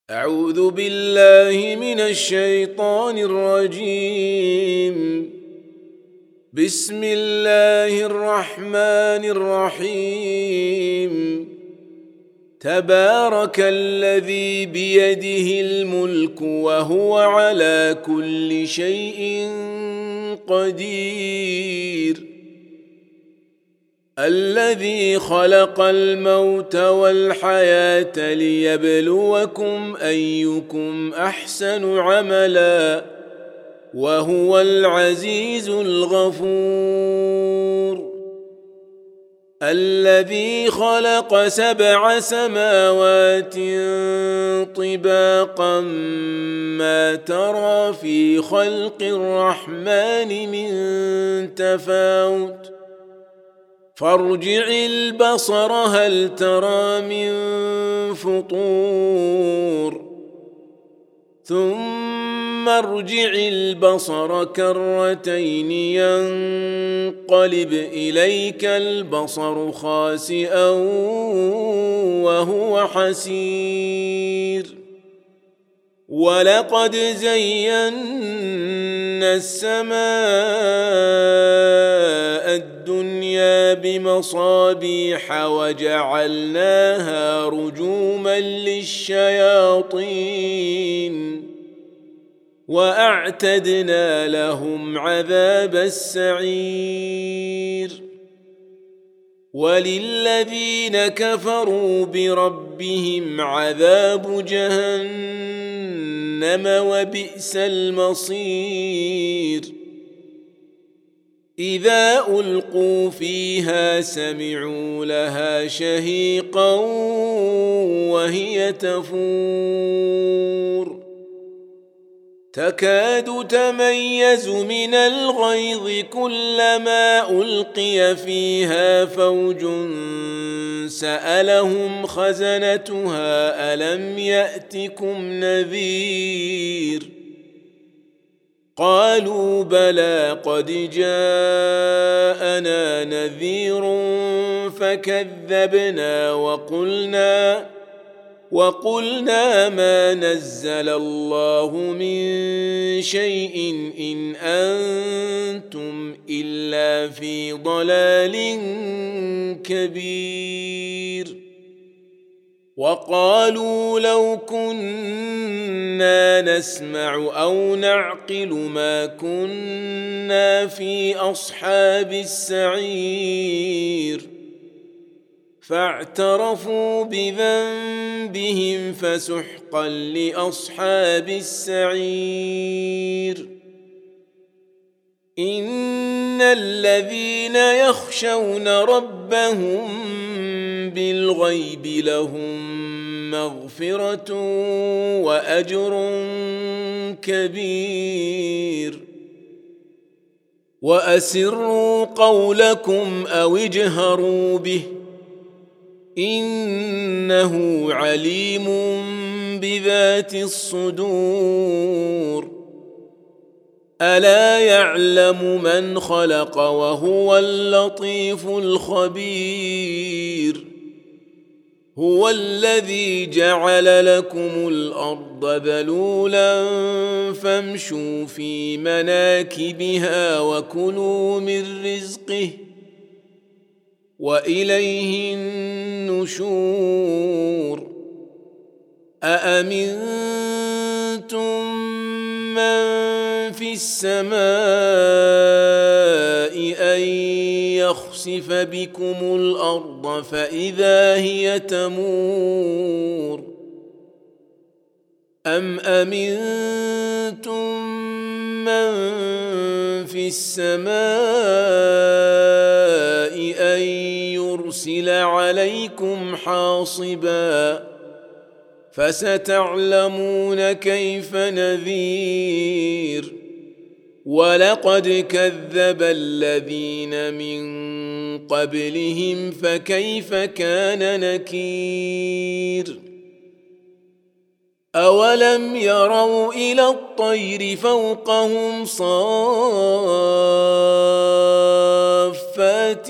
أعوذ بالله من الشيطان الرجيم. بسم الله الرحمن الرحيم. تبارك الذي بيده الملك وهو على كل شيء قدير. الذي خلق الموت والحياة ليبلوكم أيكم أحسن عملا وهو العزيز الغفور. الذي خلق 7 سماوات طباقا ما ترى في خلق الرحمن من تفاوت فارجع البصر هل ترى من فطور ثم ارجع البصر كرتين ينقلب إليك البصر خاسئا وهو حسير. ولقد زينا السماء الدنيا بمصابيح وجعلناها رجوما للشياطين وأعتدنا لهم عذاب السعير. وللذين كفروا بربهم عذاب جهنم وبئس المصير. إذا ألقوا فيها سمعوا لها شهيقا وهي تفور تكاد تميز من الغيظ كلما ألقي فيها فوج سألهم خزنتها ألم يأتكم نذير قالوا بلى قد جاءنا نذير فكذبنا وقلنا ما نزل الله من شيء إن أنتم إلا في ضلال كبير. وقالوا لو كنا نسمع أو نعقل ما كنا في أصحاب السعير فاعترفوا بذنبهم فسحقا لأصحاب السعير. إن الذين يخشون ربهم بالغيب لهم مغفرة وأجر كبير. وأسروا قولكم أو اجهروا به إنه عليم بذات الصدور. ألا يعلم من خلق وهو اللطيف الخبير. هو الذي جعل لكم الأرض ذلولا فامشوا في مناكبها وكلوا من رزقه وإليه النشور. أأمنتم من في السماء أن يخسف بكم الأرض فإذا هي تمور أم أمنتم من في السماء أن يرسل عليكم حاصبا فستعلمون كيف نذير. ولقد كذب الذين من قبلهم فكيف كان نكير. أولم يروا إلى الطير فوقهم صافات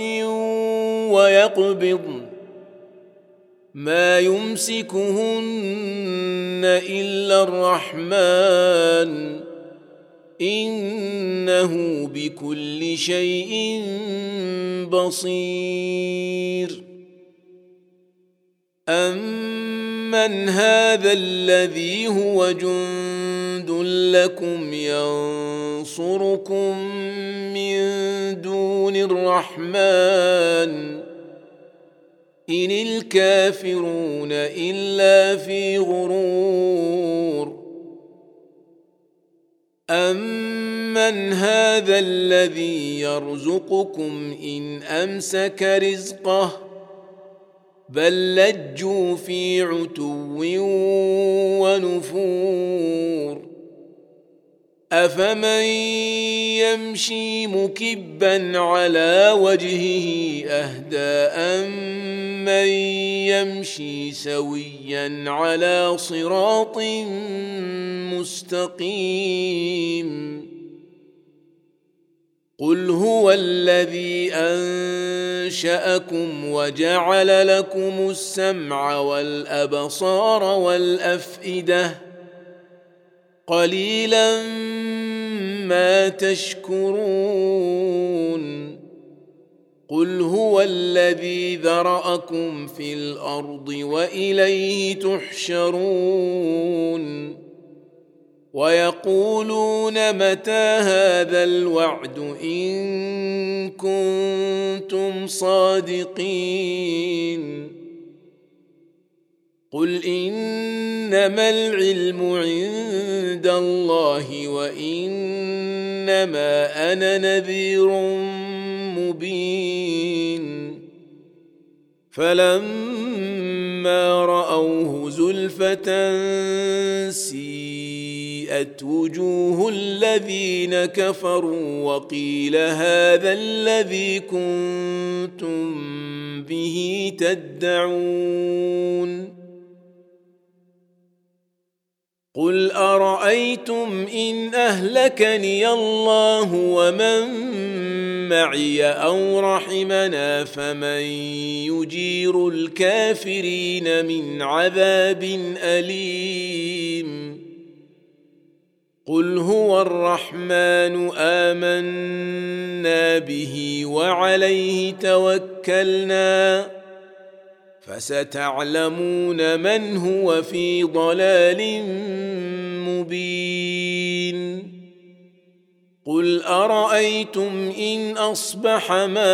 ويقبضن ما يمسكهن إلا الرحمن إنه بكل شيء بصير. أمن هذا الذي هو جند لكم ينصركم من دون الرحمن إن الكافرون إلا في غرور. أمن هذا الذي يرزقكم إن أمسك رزقه بل لجوا في عتو ونفور. أفمن يمشي مكبا على وجهه أهدى أمن يمشي سويا على صراط مستقيم. قل هو الذي أنشأكم وجعل لكم السمع والأبصار والأفئدة قليلا ما تشكرون. قل هو الذي ذرأكم في الأرض وإليه تحشرون. ويقولون متى هذا الوعد إن كنتم صادقين. قل إنما العلم عند الله وإنما أنا نذير مبين. فلما رأوه زلفة سيئت وجوه الذين كفروا وقيل هذا الذي كنتم به تدعون. قل أرأيتم إن أهلكني الله ومن معي أو رحمنا فمن يجير الكافرين من عذاب أليم. قل هو الرحمن آمنا به وعليه توكلنا فستعلمون من هو في ضلال مبين. قل أرأيتم إن أصبح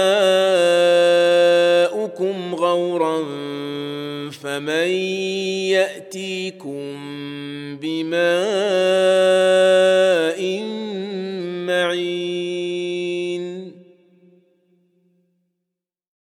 ماؤكم غورا فمن يأتيكم بماء معين.